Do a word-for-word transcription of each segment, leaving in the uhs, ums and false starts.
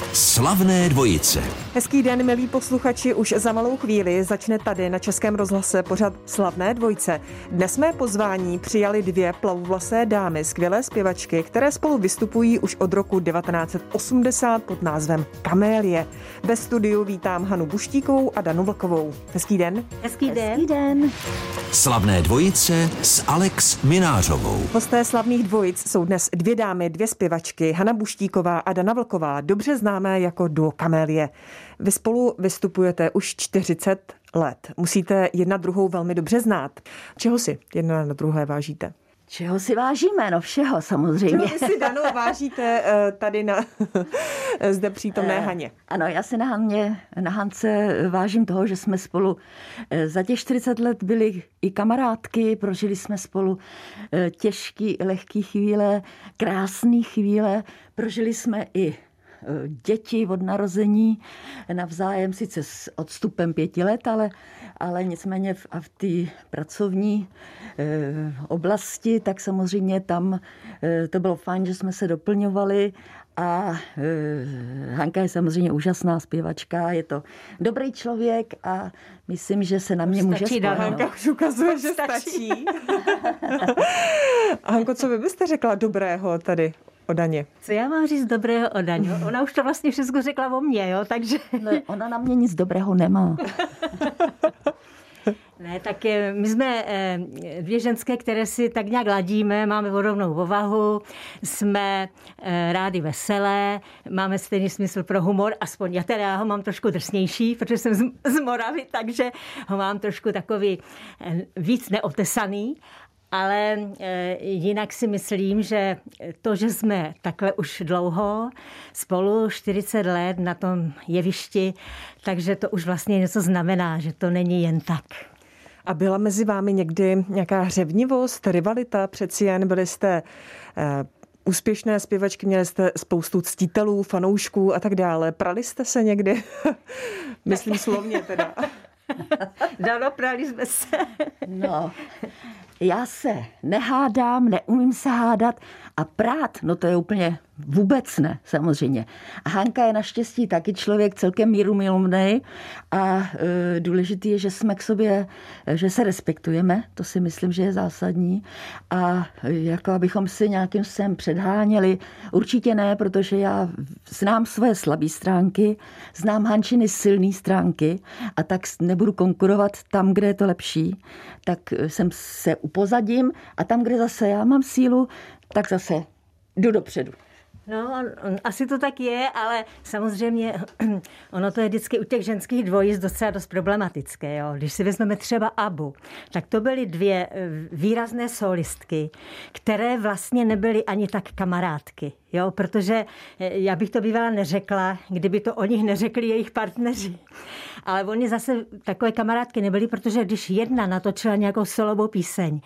Slavné dvojice. Hezký den, milí posluchači, už za malou chvíli začne tady na Českém rozhlase pořad Slavné dvojice. Dnes jsme pozvání přijali dvě plavovlasé dámy, skvělé zpěvačky, které spolu vystupují už od roku devatenáct set osmdesát pod názvem Kamélie. Ve studiu vítám Hanu Buštíkovou a Danu Vlkovou. Hezký den. Hezký den. Hezký den. Slavné dvojice s Alex Minářovou. Hosté Slavných dvojic jsou dnes dvě dámy, dvě zpěvačky, Hana Buštíková a Dana Vlková, dobře známé jako duo Kamélie. Vy spolu vystupujete už čtyřicet let. Musíte jedna druhou velmi dobře znát. Čeho si jedna na druhé vážíte? Čeho si vážíme? No všeho samozřejmě. Čeho vy si, Dano, vážíte tady na zde přítomné Haně? Ano, já si na Haně, na Hance vážím toho, že jsme spolu za těch čtyřicet let byli i kamarádky, prožili jsme spolu těžký, lehký chvíle, krásný chvíle, prožili jsme i děti od narození, navzájem sice s odstupem pěti let, ale, ale nicméně v, a v té pracovní e, oblasti, tak samozřejmě tam e, to bylo fajn, že jsme se doplňovali a e, Hanka je samozřejmě úžasná zpěvačka, je to dobrý člověk a myslím, že se na mě může spolehnout. Hanka už ukazuje, že stačí. Hanko, co vy byste řekla dobrého tady o Daně? Co já mám říct dobrého o Daně? Ona už to vlastně všechno řekla o mně, jo, takže... No, ona na mě nic dobrého nemá. Ne, tak my jsme dvě ženské, které si tak nějak ladíme, máme podobnou povahu, jsme rádi veselé, máme stejný smysl pro humor, aspoň já teda ho mám trošku drsnější, protože jsem z, z Moravy, takže ho mám trošku takový víc neotesaný. Ale e, jinak si myslím, že to, že jsme takhle už dlouho spolu čtyřicet let na tom jevišti, takže to už vlastně něco znamená, že to není jen tak. A byla mezi vámi někdy nějaká hřevnivost, rivalita? Přeci jen byli jste e, úspěšné zpěvačky, měli jste spoustu ctitelů, fanoušků a tak dále. Prali jste se někdy? Myslím slovně teda. Dalo, prali jsme se. No, já se nehádám, neumím se hádat a prát, no to je úplně vůbec ne, samozřejmě. A Hanka je naštěstí taky člověk celkem mírumilovnej a e, důležitý je, že jsme k sobě, že se respektujeme, to si myslím, že je zásadní a e, jako abychom si nějakým sem předháněli, určitě ne, protože já znám svoje slabé stránky, znám Hančiny silné stránky a tak nebudu konkurovat tam, kde je to lepší, tak jsem se upozadím a tam, kde zase já mám sílu, tak zase jdu dopředu. No, asi to tak je, ale samozřejmě ono to je vždycky u těch ženských dvojic docela dost problematické. Jo? Když si vezmeme třeba Abu, tak to byly dvě výrazné solistky, které vlastně nebyly ani tak kamarádky. Jo? Protože já bych to bývala neřekla, kdyby to o nich neřekli jejich partneři. Ale oni zase takové kamarádky nebyly, protože když jedna natočila nějakou solovou píseň,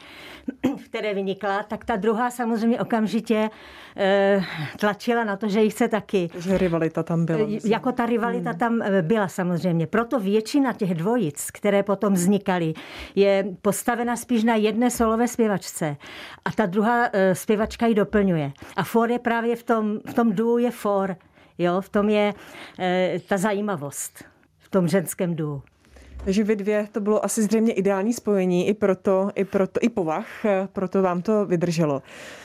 v které vynikla, tak ta druhá samozřejmě okamžitě e, tlačila na to, že jí chce taky. Že rivalita tam byla. Myslím. Jako ta rivalita hmm. tam byla samozřejmě. Proto většina těch dvojic, které potom vznikaly, je postavena spíš na jedné solové zpěvačce. A ta druhá e, zpěvačka ji doplňuje. A for je právě v tom, v tom duo je for. Jo? V tom je e, ta zajímavost. V tom ženském duo. Takže vy dvě, to bylo asi zřejmě ideální spojení, i proto, i proto, i povah, proto vám to vydrželo.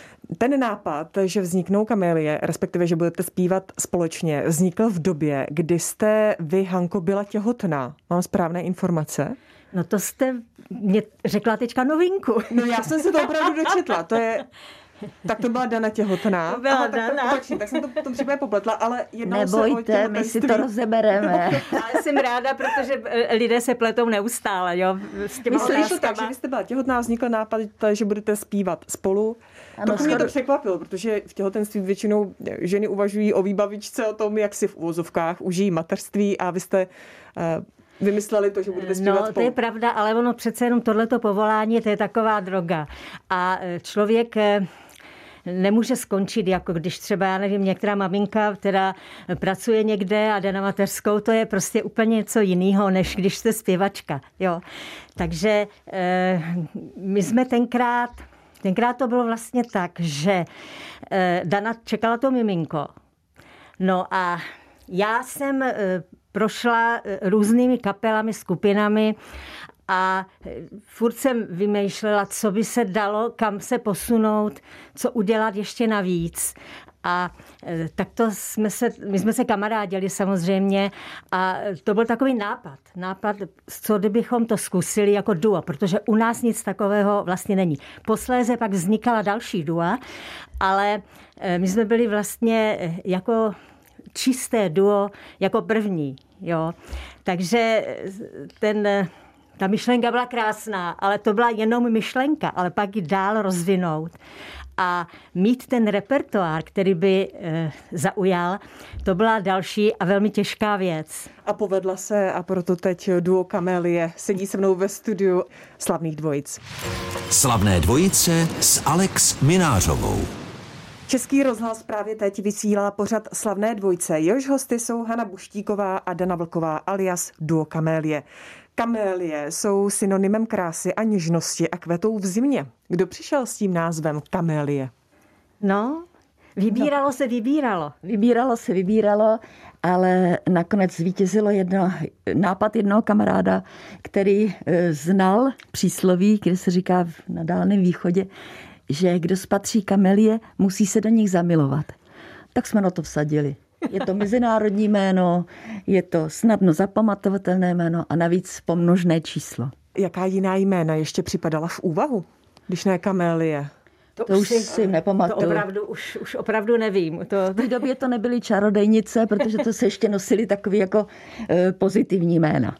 Ten nápad, že vzniknou Kamélie, respektive, že budete zpívat společně, vznikl v době, kdy jste vy, Hanko, byla těhotná. Mám správné informace? No to jste mě řekla teďka novinku. No já jsem se to opravdu dočetla, to je... Tak to byla Dana těhotná. To byla Aha, Dana. Tak, opačně, tak jsem to v tom případě popletla, ale jednalo se o Nebojte, my si to rozebereme. Ale jsem ráda, protože lidé se pletou neustále, jo, s těmi Myslíš to tak, že vy jste byla těhotná, vznikl nápad, že budete zpívat spolu. Ano, to mě to překvapilo, protože v těhotenství většinou ženy uvažují o výbavičce, o tom, jak si v uvozovkách užijí mateřství a vy jste... Uh, vymysleli to, že budete zpívat No, spolu. to je pravda, ale ono přece jenom tohleto povolání, to je taková droga. A člověk nemůže skončit, jako když třeba, já nevím, některá maminka, která pracuje někde a jde na mateřskou, to je prostě úplně něco jiného, než když jste zpěvačka. Jo. Takže eh, my jsme tenkrát, tenkrát to bylo vlastně tak, že eh, Dana čekala to miminko. No a Já jsem prošla různými kapelami, skupinami a furt jsem vymýšlela, co by se dalo, kam se posunout, co udělat ještě navíc. A tak to jsme se, my jsme se kamarádili samozřejmě a to byl takový nápad. Nápad, co kdybychom to zkusili jako duo, protože u nás nic takového vlastně není. Posléze pak vznikala další dua, ale my jsme byli vlastně jako čisté duo jako první. Jo. Takže ten... Ta myšlenka byla krásná, ale to byla jenom myšlenka, ale pak ji dál rozvinout. A mít ten repertoár, který by e, zaujal, to byla další a velmi těžká věc. A povedla se a proto teď duo Kamélie sedí se mnou ve studiu Slavných dvojic. Slavné dvojice s Alex Minářovou. Český rozhlas právě teď vysílá pořad Slavné dvojce. Jehož hosty jsou Hana Buštíková a Dana Vlková alias duo Kamélie. Kamélie jsou synonymem krásy a něžnosti a kvetou v zimě. Kdo přišel s tím názvem Kamélie? No, vybíralo no. se, vybíralo. Vybíralo se, vybíralo, ale nakonec zvítězilo jedno, nápad jednoho kamaráda, který znal přísloví, kde se říká na Dálném východě, že kdo spatří kamelie, musí se do nich zamilovat. Tak jsme na to vsadili. Je to mezinárodní jméno, je to snadno zapamatovatelné jméno a navíc pomnožné číslo. Jaká jiná jména ještě připadala v úvahu, když ne Kamélie? To, to už si, si nepamatuju. To opravdu, už, už opravdu nevím. To... V té době to nebyly čarodejnice, protože to se ještě nosily takový jako e, pozitivní jména.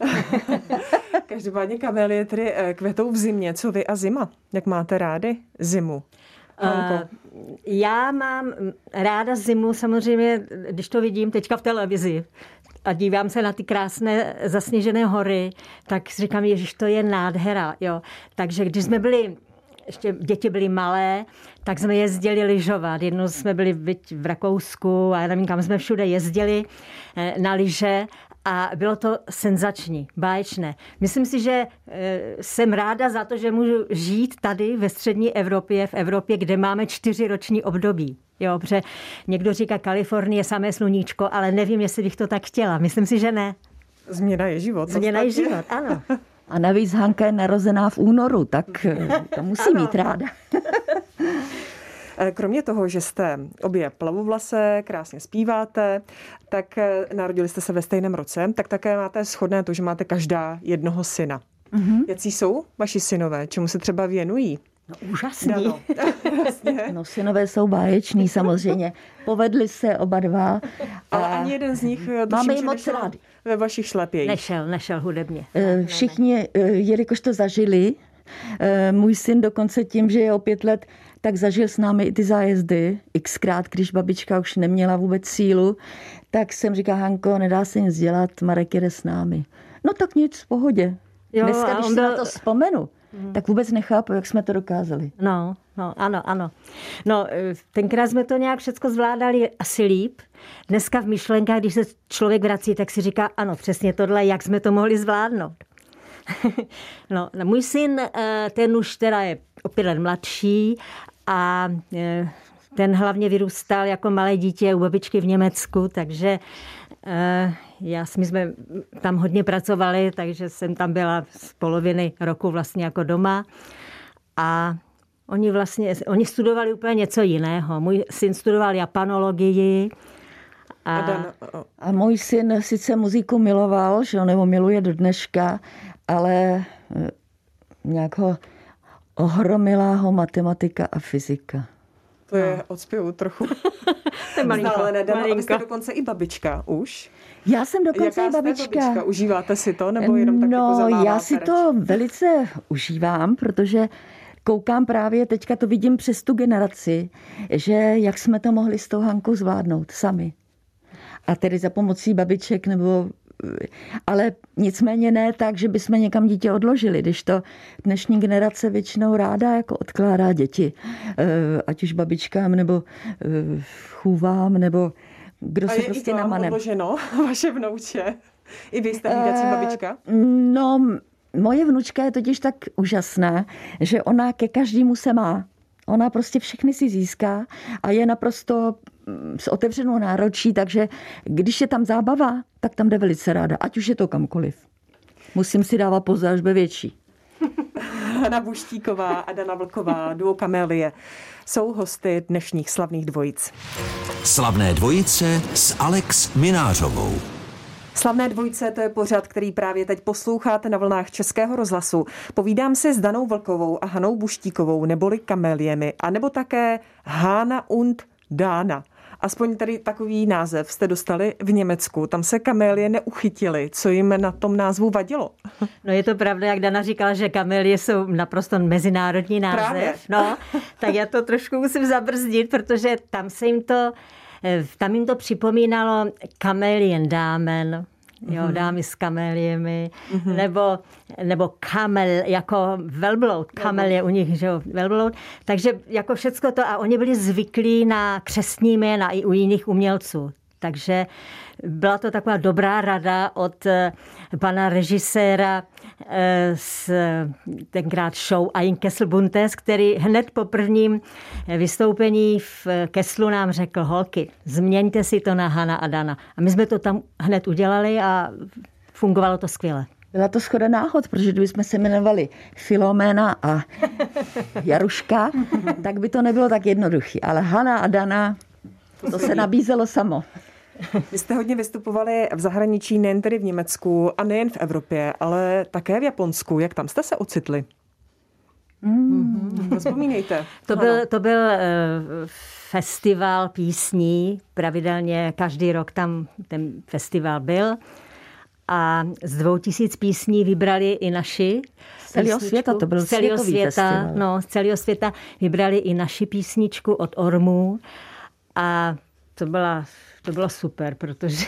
Každopádně Kamélie tedy kvetou v zimě. Co vy a zima? Jak máte rády zimu? Uh, já mám ráda zimu samozřejmě, když to vidím teďka v televizi a dívám se na ty krásné zasněžené hory, tak si říkám, ježiš, to je nádhera. Jo. Takže když jsme byli, ještě děti byly malé, tak jsme jezdili lyžovat. Jednou jsme byli v Rakousku a já nevím, kam jsme všude jezdili na lyže. A bylo to senzační, báječné. Myslím si, že jsem ráda za to, že můžu žít tady ve střední Evropě, v Evropě, kde máme čtyřiroční období. Jo, protože někdo říká Kalifornie, samé sluníčko, ale nevím, jestli bych to tak chtěla. Myslím si, že ne. Změna je život. Změna je život, ano. A navíc Hanka je narozená v únoru, tak to musí mít ráda. Kromě toho, že jste obě plavovlasé, krásně zpíváte, tak narodili jste se ve stejném roce, tak také máte shodné to, že máte každá jednoho syna. Mm-hmm. Jací jsou vaši synové? Čemu se třeba věnují? No úžasný. No, no synové jsou báječní samozřejmě. Povedli se oba dva. Ale ani jeden z nich máme je moc rádi. Ve vašich šlepějích. Nešel, nešel hudebně. Všichni, jelikož to zažili, můj syn dokonce tím, že je o pět let, tak zažil s námi i ty zájezdy. Xkrát, když babička už neměla vůbec sílu, tak jsem říká, Hanko, nedá se nic dělat, Marek jede s námi. No tak nic, v pohodě. Jo, dneska, když si byl... na to vzpomenu, hmm. tak vůbec nechápu, jak jsme to dokázali. No, no, ano, ano. No, tenkrát jsme to nějak všecko zvládali asi líp. Dneska v myšlenkách, když se člověk vrací, tak si říká, ano, přesně tohle, jak jsme to mohli zvládnout. No, můj syn, ten už teda je o pět let mladší a ten hlavně vyrůstal jako malé dítě u babičky v Německu, takže já, my jsme tam hodně pracovali, takže jsem tam byla z poloviny roku vlastně jako doma a oni vlastně, oni studovali úplně něco jiného. Můj syn studoval japanologii. A, a můj syn sice muziku miloval, že nebo miluje do dneška, ale nějak ho ohromila ho matematika a fyzika. To je od zpěvu trochu vzdálené. A vy jste dokonce i babička už. Já jsem dokonce Jaká i babička. babička. Užíváte si to, nebo jenom tak no, jako zamáváte? Já si to velice užívám, protože koukám právě, teďka to vidím přes tu generaci, že jak jsme to mohli s tou Hankou zvládnout sami. A tedy za pomocí babiček nebo... Ale nicméně ne tak, že bychom někam dítě odložili, když to dnešní generace většinou ráda jako odkládá děti. Ať už babičkám, nebo chůvám, nebo kdo se prostě namane. A je i odloženo, vaše vnouče? I vy jste hlídací babička? No, moje vnučka je totiž tak úžasná, že ona ke každému se má. Ona prostě všechny si získá a je naprosto s otevřenou náročí, takže když je tam zábava, tak tam jde velice ráda, ať už je to kamkoliv. Musím si dávat pozor, až bude větší. Hana Buštíková a Dana Vlková, duo Kamélie, jsou hosty dnešních slavných dvojic. Slavné dvojice s Alex Minářovou. Slavné dvojice, to je pořad, který právě teď posloucháte na vlnách Českého rozhlasu. Povídám si s Danou Vlkovou a Hanou Buštíkovou, neboli Kaméliemi, anebo také Hana und Dana. Aspoň tady takový název jste dostali v Německu. Tam se kamélie neuchytili. Co jim na tom názvu vadilo? No je to pravda, jak Dana říkala, že kamélie jsou naprosto mezinárodní název. Právě. No, tak já to trošku musím zabrzdit, protože tam se jim to, tam jim to připomínalo Kameliendamen. Jo, dámy s kaméliemi, mm-hmm. nebo, nebo kamel, jako velbloud, kamel je u nich, že jo, velbloud. Takže jako všecko to, a oni byli zvyklí na křestní jména i u jiných umělců. Takže byla to taková dobrá rada od pana režiséra z tenkrát show Ein Kessel Buntes, který hned po prvním vystoupení v Kesslu nám řekl: holky, změňte si to na Hana a Dana. A my jsme to tam hned udělali a fungovalo to skvěle. Byla to shoda náhod, protože kdybychom se jmenovali Filoména a Jaruška, tak by to nebylo tak jednoduché. Ale Hana a Dana, to se nabízelo samo. Vy jste hodně vystupovali v zahraničí, nejen tedy v Německu a nejen v Evropě, ale také v Japonsku. Jak tam jste se ocitli? Mm. Vzpomínejte. To byl, to byl festival písní, pravidelně každý rok tam ten festival byl. A z dvou tisíc písní vybrali i naši. Z celého světa, to byl světový světa, festival. No, z celého světa vybrali i naši písničku od Ormů. A to byla, to bylo super, protože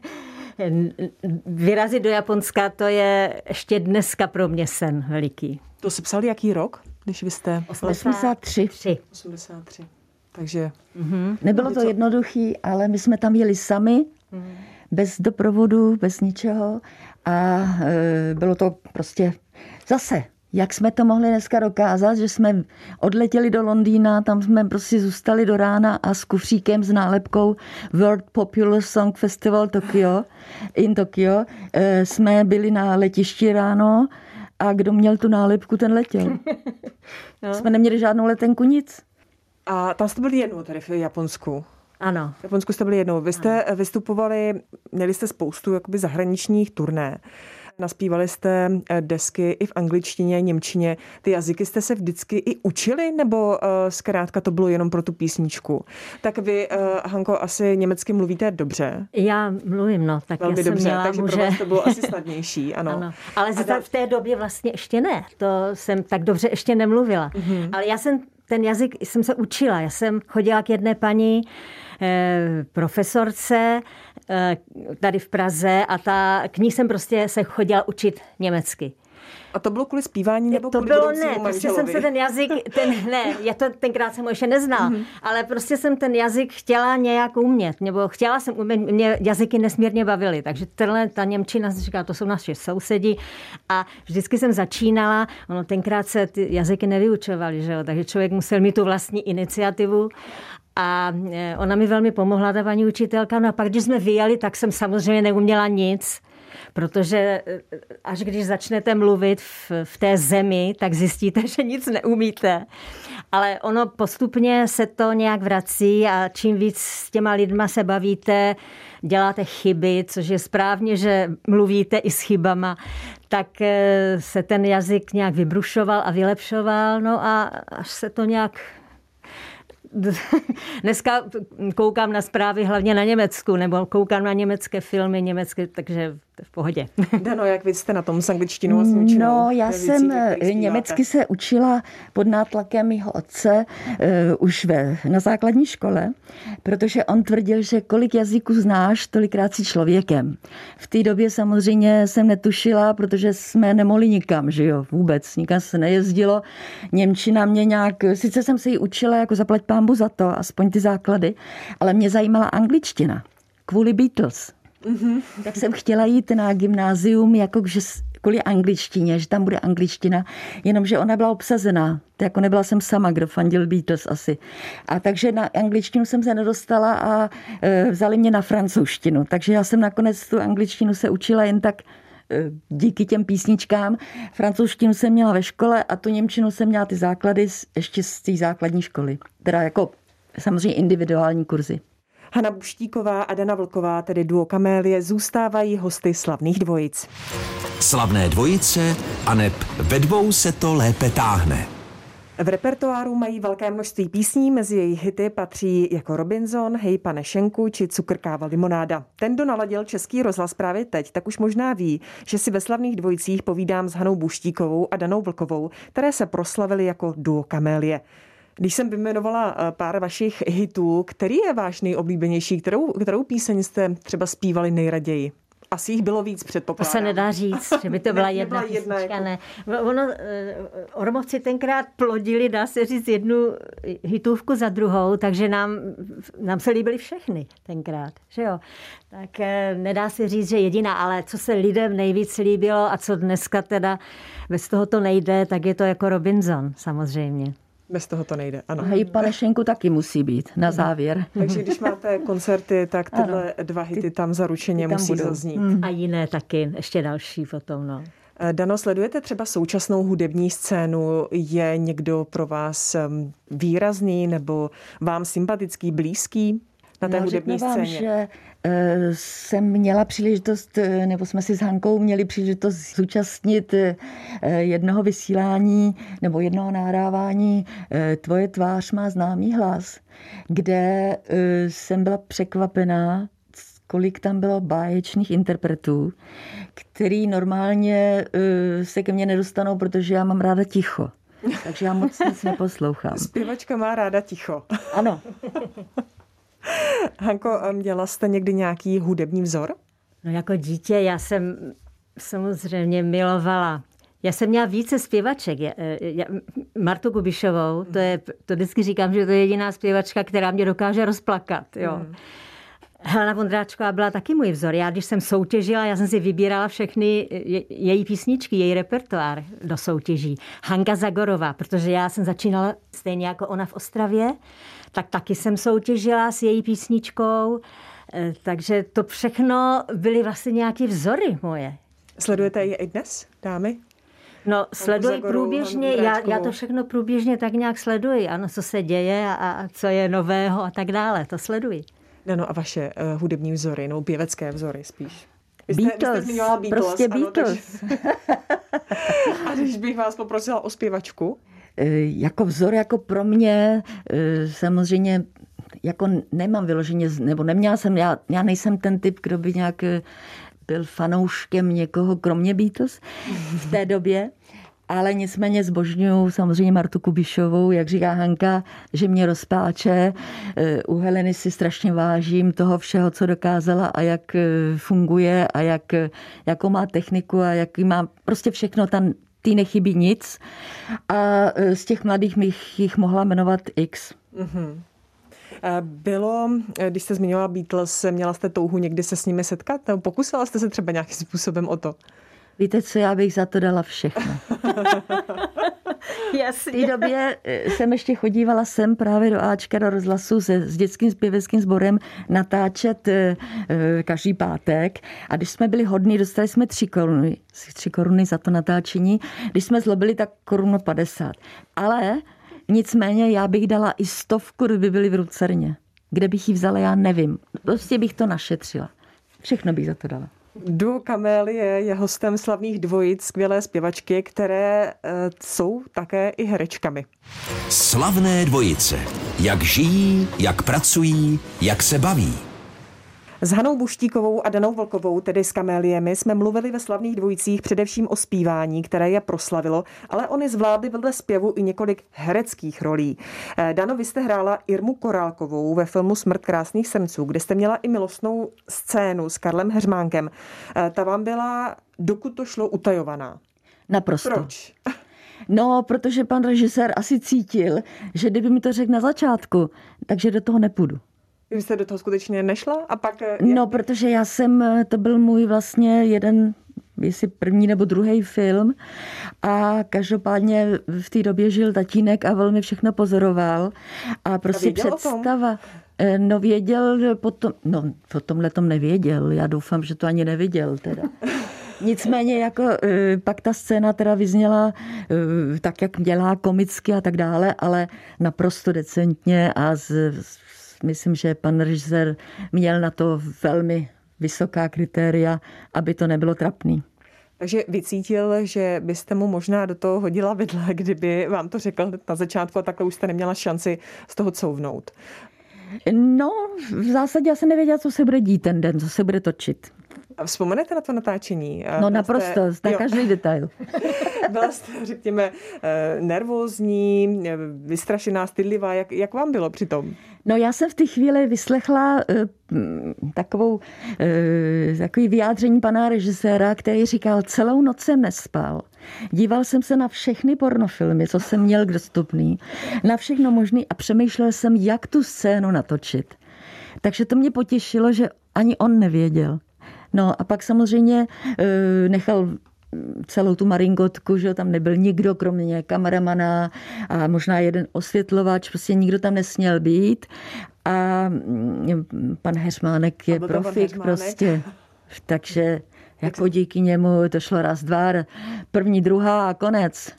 vyrazit do Japonska, to je ještě dneska pro mě sen veliký. To si psali jaký rok, když vy jste? osmdesát tři. osmdesát tři. Takže... Mm-hmm. Nebylo to jednoduchý, ale my jsme tam jeli sami, mm. bez doprovodu, bez ničeho a e, bylo to prostě zase. Jak jsme to mohli dneska dokázat, že jsme odletěli do Londýna, tam jsme prostě zůstali do rána a s kufříkem s nálepkou World Popular Song Festival Tokyo, in Tokyo jsme byli na letišti ráno a kdo měl tu nálepku, ten letěl. No. Jsme neměli žádnou letenku, nic. A tam jste byli jednou tady v Japonsku. Ano. V Japonsku jste byli jednou. Vy jste ano. vystupovali, měli jste spoustu jakoby zahraničních turné. Naspívali jste desky i v angličtině, němčině. Ty jazyky jste se vždycky i učili, nebo uh, zkrátka to bylo jenom pro tu písničku? Tak vy, uh, Hanko, asi německy mluvíte dobře. Já mluvím, no. Tak velmi já jsem dobře, měla takže muže. pro vás to bylo asi snadnější, ano. ano. Ale da... v té době vlastně ještě ne. To jsem tak dobře ještě nemluvila. Mm-hmm. Ale já jsem ten jazyk jsem se učila. Já jsem chodila k jedné paní eh, profesorce eh, tady v Praze a ta, k ní jsem prostě se chodila učit německy. A to bylo kvůli zpívání nebo to kvůli bylo budoucímu ne, prostě manželovi? jsem se ten jazyk, ten, ne, já to tenkrát jsem ho ještě neznala, mm-hmm. ale prostě jsem ten jazyk chtěla nějak umět, nebo chtěla jsem umět, mě jazyky nesmírně bavily, takže tenhle, ta němčina, říká, to jsou naši sousedi a vždycky jsem začínala, ono tenkrát se ty jazyky nevyučovaly, že jo, takže člověk musel mít tu vlastní iniciativu. A ona mi velmi pomohla, ta paní učitelka, no a pak, když jsme vyjeli, tak jsem samozřejmě neuměla nic, protože až když začnete mluvit v, v té zemi, tak zjistíte, že nic neumíte. Ale ono postupně se to nějak vrací a čím víc s těma lidma se bavíte, děláte chyby, což je správně, že mluvíte i s chybama, tak se ten jazyk nějak vybrušoval a vylepšoval, no a až se to nějak... Dneska koukám na zprávy hlavně na Německu, nebo koukám na německé filmy, německé, takže v pohodě. Dano, jak vy jste na tom s angličtinou a s němčinou? No, já jsem německy se učila pod nátlakem mýho otce uh, už ve, na základní škole, protože on tvrdil, že kolik jazyků znáš, tolikrát si člověkem. V té době samozřejmě jsem netušila, protože jsme nemohli nikam, že jo, vůbec, nikam se nejezdilo. Němčina mě nějak, sice jsem se ji učila, jako zaplať pánbu za to, aspoň ty základy, ale mě zajímala angličtina, kvůli Beatles. Mm-hmm. Tak jsem chtěla jít na gymnázium, jako že kvůli angličtině, že tam bude angličtina, jenomže ona byla obsazená. To jako nebyla jsem sama, kdo fandil Beatles asi. A takže na angličtinu jsem se nedostala a e, vzali mě na francouzštinu. Takže já jsem nakonec tu angličtinu se učila jen tak e, díky těm písničkám. Francouzštinu jsem měla ve škole a tu němčinu jsem měla ty základy z, ještě z té základní školy. Teda jako samozřejmě individuální kurzy. Hana Buštíková a Dana Vlková, tedy duo Kamélie, zůstávají hosty slavných dvojic. Slavné dvojice aneb ve dvou se to lépe táhne. V repertoáru mají velké množství písní, mezi jejich hity patří jako Robinson, Hej pane Šenku či Cukr káva limonáda. Ten, kdo naladil Český rozhlas právě teď, tak už možná ví, že si ve slavných dvojicích povídám s Hanou Buštíkovou a Danou Vlkovou, které se proslavily jako duo Kamélie. Když jsem vyjmenovala pár vašich hitů, který je váš nejoblíbenější, kterou, kterou píseň jste třeba zpívali nejraději? Asi jich bylo víc, předpokládám. To se nedá říct, že by to byla ne, jedna jedna písnička, jako... ne. Ono, Ormovci tenkrát plodili, dá se říct, jednu hitůvku za druhou, takže nám, nám se líbily všechny tenkrát, že jo. Tak nedá se říct, že jediná, ale co se lidem nejvíc líbilo a co dneska teda bez toho to nejde, tak je to jako Robinson, samozřejmě. Bez toho to nejde, ano. Hej pane Šenku taky musí být na závěr. Takže když máte koncerty, tak tyhle ano, dva hity tam zaručeně tam musí budou zaznít. A jiné taky, ještě další potom, no. Dano, sledujete třeba současnou hudební scénu? Je někdo pro vás výrazný nebo vám sympatický, blízký na té no, hudební vám, scéně? Že uh, jsem měla příležitost, nebo jsme si s Hankou měli příležitost zúčastnit uh, jednoho vysílání nebo jednoho nahrávání uh, Tvoje tvář má známý hlas, kde uh, jsem byla překvapená, kolik tam bylo báječných interpretů, který normálně uh, se ke mně nedostanou, protože já mám ráda ticho. Takže já moc nic neposlouchám. Zpěvačka má ráda ticho. Ano. Hanko, měla jste někdy nějaký hudební vzor? No jako dítě já jsem samozřejmě milovala. Já jsem měla více zpěvaček. Já, já, Martu Kubišovou, to, je, to vždycky říkám, že to je jediná zpěvačka, která mě dokáže rozplakat. Jo. Hmm. Helena Vondráčková byla taky můj vzor. Já když jsem soutěžila, já jsem si vybírala všechny její písničky, její repertoár do soutěží. Hanka Zagorová, protože já jsem začínala stejně jako ona v Ostravě, tak taky jsem soutěžila s její písničkou. Takže to všechno byly vlastně nějaké vzory moje. Sledujete je i dnes, dámy? No, sleduji průběžně, já, já to všechno průběžně tak nějak sleduji. Ano, co se děje a, a co je nového a tak dále, to sleduji. No a vaše uh, hudební vzory, nebo pěvecké vzory spíš? Vy jste, Beatles, vy jste Beatles, prostě ano, Beatles. Takže... A když bych vás poprosila o zpěvačku? Jako vzor, jako pro mě, samozřejmě, jako nemám vyloženě, nebo neměla jsem, já, já nejsem ten typ, kdo by nějak byl fanouškem někoho, kromě Beatles v té době. Ale nicméně zbožňuju samozřejmě Martu Kubišovou, jak říká Hanka, že mě rozpáče. U Heleny si strašně vážím toho všeho, co dokázala a jak funguje a jak, jakou má techniku a jaký má prostě všechno, tam tý nechybí nic. A z těch mladých bych jich mohla jmenovat X. Mm-hmm. Bylo, když jste zmiňovala Beatles, měla jste touhu někdy se s nimi setkat? Pokusila jste se třeba nějakým způsobem o to? Víte co, já bych za to dala všechno. V té době jsem ještě chodívala sem právě do Ačka, do rozhlasu se, s dětským zpěveckým sborem natáčet e, každý pátek. A když jsme byli hodní, dostali jsme tři koruny, tři koruny za to natáčení. Když jsme zlobili, tak korunu padesát. Ale nicméně já bych dala i stovku, kdyby byly v Lucerně. Kde bych ji vzala, já nevím. Prostě bych to našetřila. Všechno bych za to dala. Duo Kamélie je hostem slavných dvojic, skvělé zpěvačky, které e, jsou také i herečkami. Slavné dvojice. Jak žijí, jak pracují, jak se baví. S Hanou Buštíkovou a Danou Vlkovou, tedy s Kaméliemi, jsme mluvili ve slavných dvojicích především o zpívání, které je proslavilo, ale oni zvládli vedle zpěvu i několik hereckých rolí. Dano, vy jste hrála Irmu Korálkovou ve filmu Smrt krásných srnců, kde jste měla i milostnou scénu s Karlem Heřmánkem. Ta vám byla, dokud to šlo, utajovaná. Naprosto. Proč? No, protože pan režisér asi cítil, že kdyby mi to řekl na začátku, takže do toho nepůjdu. Vy jste do toho skutečně nešla? A pak... No, protože já jsem, to byl můj vlastně jeden jestli první nebo druhý film. A každopádně v té době žil tatínek a velmi všechno pozoroval. A prostě a představa... No věděl, potom, no o tomhle tom nevěděl, já doufám, že to ani neviděl teda. Nicméně jako pak ta scéna teda vyzněla tak, jak dělá komicky a tak dále, ale naprosto decentně a z, myslím, že pan režisér měl na to velmi vysoká kritéria, aby to nebylo trapný. Takže vycítil, že byste mu možná do toho hodila vidle, kdyby vám to řekl na začátku a takhle už jste neměla šanci z toho couvnout. No, v zásadě já jsem nevěděla, co se bude dít ten den, co se bude točit. A vzpomenete na to natáčení? No naprosto, jste, na každý detail. Byla jste, řekněme, nervózní, vystrašená, stydlivá. Jak, jak vám bylo přitom? No já jsem v té chvíli vyslechla uh, takovou, uh, takový vyjádření pana režiséra, který říkal, celou noc jsem nespal. Díval jsem se na všechny pornofilmy, co jsem měl dostupný, na všechno možný a přemýšlel jsem, jak tu scénu natočit. Takže to mě potěšilo, že ani on nevěděl. No a pak samozřejmě uh, nechal celou tu maringotku, že tam nebyl nikdo, kromě kameramana a možná jeden osvětlovač, prostě nikdo tam nesměl být. A pan Heřmánek je profik prostě. Takže jako díky němu to šlo raz, dva, první, druhá a konec.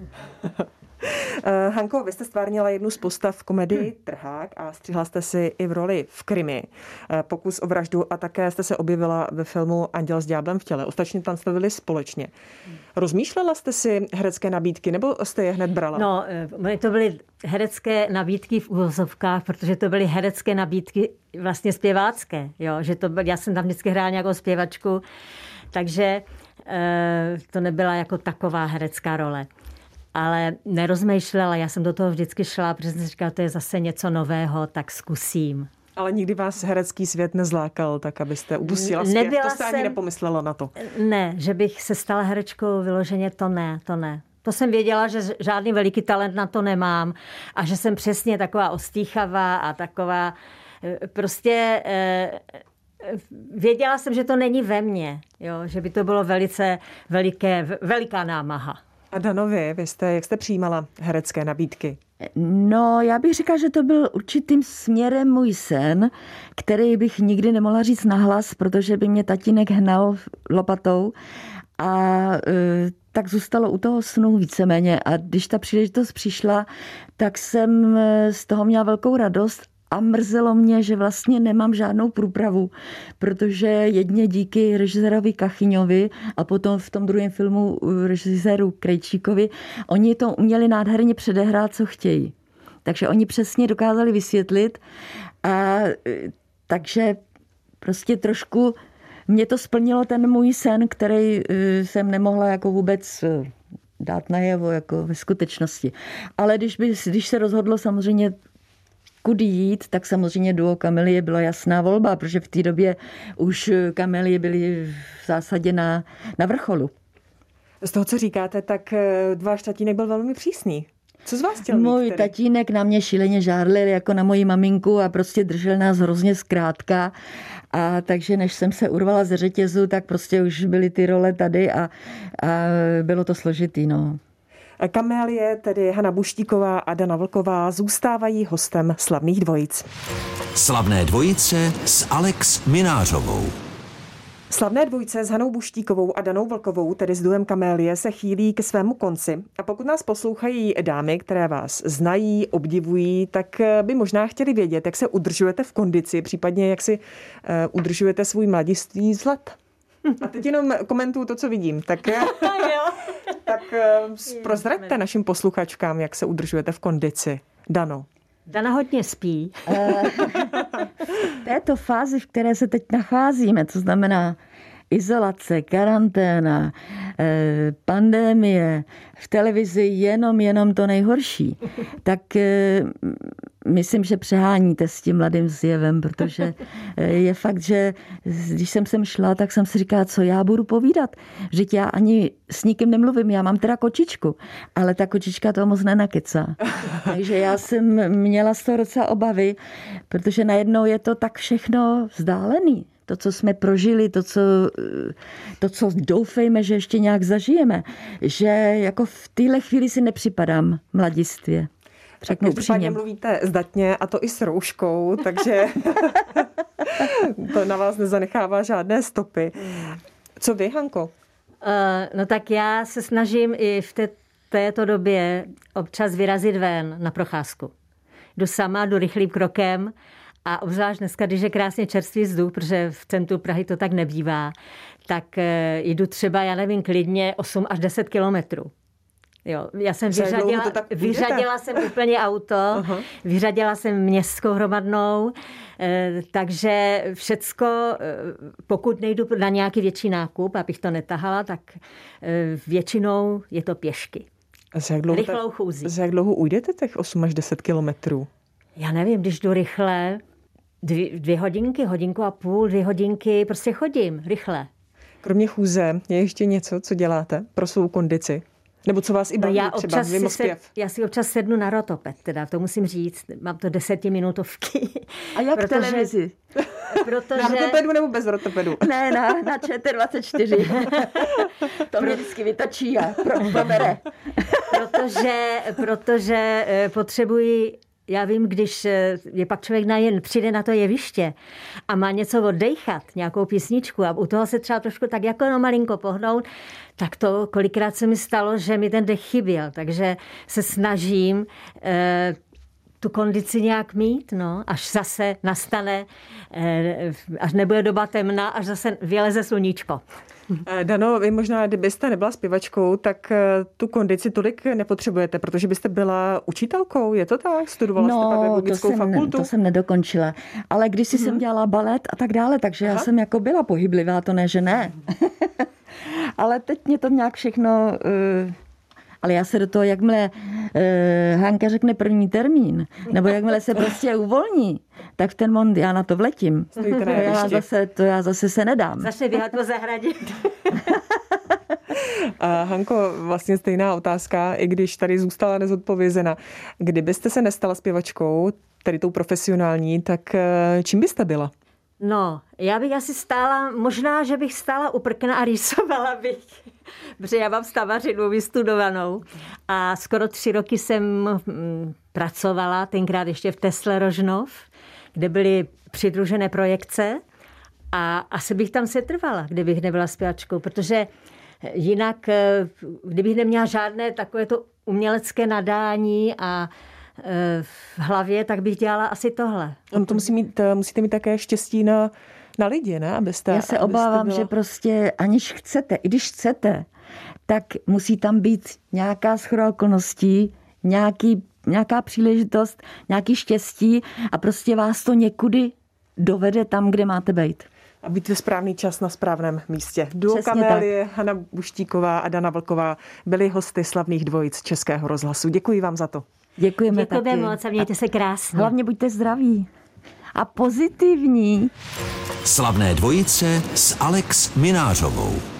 Hanko, vy jste stvárnila jednu z postav v komedii Trhák a střihla jste si i v roli v Krimi. Pokus o vraždu a také jste se objevila ve filmu Anděl s ďáblem v těle. Ostatně tam jste byli společně. Rozmýšlela jste si herecké nabídky nebo jste je hned brala? No, to byly herecké nabídky v úvozovkách, protože to byly herecké nabídky vlastně zpěvácké. Jo? Že to byl, já jsem tam vždycky hrála nějakou zpěvačku, takže to nebyla jako taková herecká role. Ale nerozmýšlela, já jsem do toho vždycky šla, protože jsem říkala, to je zase něco nového, tak zkusím. Ale nikdy vás herecký svět nezlákal, tak abyste upustila zpěv? Nebyla to jste jsem, ani nepomyslela na to? Ne, že bych se stala herečkou vyloženě, to ne, to ne. To jsem věděla, že žádný veliký talent na to nemám a že jsem přesně taková ostýchavá a taková prostě... Věděla jsem, že to není ve mně, jo? Že by to bylo velice veliké, veliká námaha. A Danovi, vy jste, jak jste přijímala herecké nabídky? No, já bych říkala, že to byl určitým směrem můj sen, který bych nikdy nemohla říct nahlas, protože by mě tatínek hnal lopatou a e, tak zůstalo u toho snu víceméně. A když ta příležitost přišla, tak jsem z toho měla velkou radost. A mrzelo mě, že vlastně nemám žádnou průpravu, protože jedně díky režisérovi Kachyňovi a potom v tom druhém filmu režiséru Krejčíkovi, oni to uměli nádherně předehrát, co chtějí. Takže oni přesně dokázali vysvětlit a takže prostě trošku mě to splnilo ten můj sen, který jsem nemohla jako vůbec dát najevo jako ve skutečnosti. Ale když, by, když se rozhodlo samozřejmě kudy jít, tak samozřejmě duo Kamelie byla jasná volba, protože v té době už Kamelie byly v zásadě na, na vrcholu. Z toho, co říkáte, tak váš tatínek byl velmi přísný. Co z vás chtěl mít Můj tedy? tatínek na mě šíleně žárlil jako na moji maminku a prostě držel nás hrozně zkrátka. A takže než jsem se urvala ze řetězu, tak prostě už byly ty role tady a, a bylo to složitý, no. Kamelie, tedy Hana Buštíková a Dana Vlková, zůstávají hostem Slavných dvojic. Slavné dvojice s Alex Minářovou. Slavné dvojice s Hanou Buštíkovou a Danou Vlkovou, tedy s duem Kamelie, se chýlí ke svému konci. A pokud nás poslouchají dámy, které vás znají, obdivují, tak by možná chtěli vědět, jak se udržujete v kondici, případně jak si uh, udržujete svůj mladiství vzhled. A teď jenom komentuju to, co vidím. Tak, tak prozraďte našim posluchačkám, jak se udržujete v kondici. Dano. Dana hodně spí. V této fázi, v které se teď nacházíme, to znamená izolace, karanténa, pandemie, v televizi jenom, jenom to nejhorší, tak myslím, že přeháníte s tím mladým zjevem, protože je fakt, že když jsem sem šla, tak jsem si říkala, co já budu povídat. Vždyť já ani s nikým nemluvím, já mám teda kočičku, ale ta kočička to moc nenakecá. Takže já jsem měla z toho docela obavy, protože najednou je to tak všechno vzdálený. to, co jsme prožili, to, co, to, co doufejme, že ještě nějak zažijeme, že jako v téhle chvíli si nepřipadám mladistvě. Řeknu upřímně. Mluvíte zdatně a to i s rouškou, takže to na vás nezanechává žádné stopy. Co vy, Hanko? Uh, no tak já se snažím i v té, této době občas vyrazit ven na procházku. Jdu sama, jdu rychlým krokem a obzvlášť dneska, když je krásně čerstvý vzduch, protože v centru Prahy to tak nebývá, tak uh, jdu třeba, já nevím, klidně osm až deset kilometrů. Jo, já jsem vyřadila, vyřadila jsem úplně auto, uh-huh. vyřadila jsem městskou hromadnou, eh, takže všecko, eh, pokud nejdu na nějaký větší nákup, abych to netahala, tak eh, většinou je to pěšky. Rychlou chůzí. Za jak dlouho ujdete těch osm až deset kilometrů? Já nevím, když jdu rychle, dvě, dvě hodinky, hodinku a půl, dvě hodinky, prostě chodím rychle. Kromě chůze je ještě něco, co děláte pro svou kondici? Nebo co vás i baví, no já třeba mimospěv? Já si občas sednu na rotoped, teda to musím říct. Mám to desetiminutovky. A jak protože, televizi? Protože... Na rotopedu nebo bez rotopedu? Ne, na, na Č T dvacet čtyři. To mě vždycky vytočí a pro, probere. protože, protože potřebuji... Já vím, když je pak člověk na jen přijde na to jeviště a má něco oddejchat, nějakou písničku a u toho se třeba trošku tak jako no malinko pohnout, tak to kolikrát se mi stalo, že mi ten dech chyběl. Takže se snažím eh, tu kondici nějak mít, no, až zase nastane, eh, až nebude doba temna, až zase vyleze sluníčko. Dano, vy možná, kdybyste nebyla zpěvačkou, tak tu kondici tolik nepotřebujete, protože byste byla učitelkou, je to tak? Studovala no, jste pedagogickou to jsem, fakultu? to jsem nedokončila, ale když si mm-hmm. jsem dělala balet a tak dále, takže Aha. já jsem jako byla pohyblivá, to ne, že ne. Ale teď mě to nějak všechno... Uh, ale já se do toho, jakmile uh, Hanka řekne první termín, nebo jakmile se prostě uvolní, tak v ten moment já na to vletím. To já, zase, to já zase se nedám. Zase běhat po zahradě. A Hanko, vlastně stejná otázka, i když tady zůstala nezodpovězena. Kdybyste se nestala zpěvačkou, tedy tou profesionální, tak čím byste byla? No, já bych asi stála, možná, že bych stála u prkna a rýsovala bych, protože já mám stavařinu vystudovanou a skoro tři roky jsem pracovala, tenkrát ještě v Tesle Rožnov, kde byly přidružené projekce a asi bych tam setrvala, kdybych nebyla zpěvačkou, protože jinak, kdybych neměla žádné takovéto umělecké nadání a v hlavě, tak bych dělala asi tohle. On to musí mít, musíte mít také štěstí na, na lidi, ne? Abyste, Já se obávám, byla... že prostě aniž chcete, i když chcete, tak musí tam být nějaká shoda okolností, nějaký, nějaká příležitost, nějaký štěstí a prostě vás to někudy dovede tam, kde máte být. A být ve správný čas na správném místě. Duo Kamélie, Hana Buštíková a Dana Vlková byli hosty slavných dvojic Českého rozhlasu. Děkuji vám za to. Děkujeme, Děkujeme taky. moc a mějte se krásně. Hlavně buďte zdraví a pozitivní. Slavné dvojice s Alex Minářovou.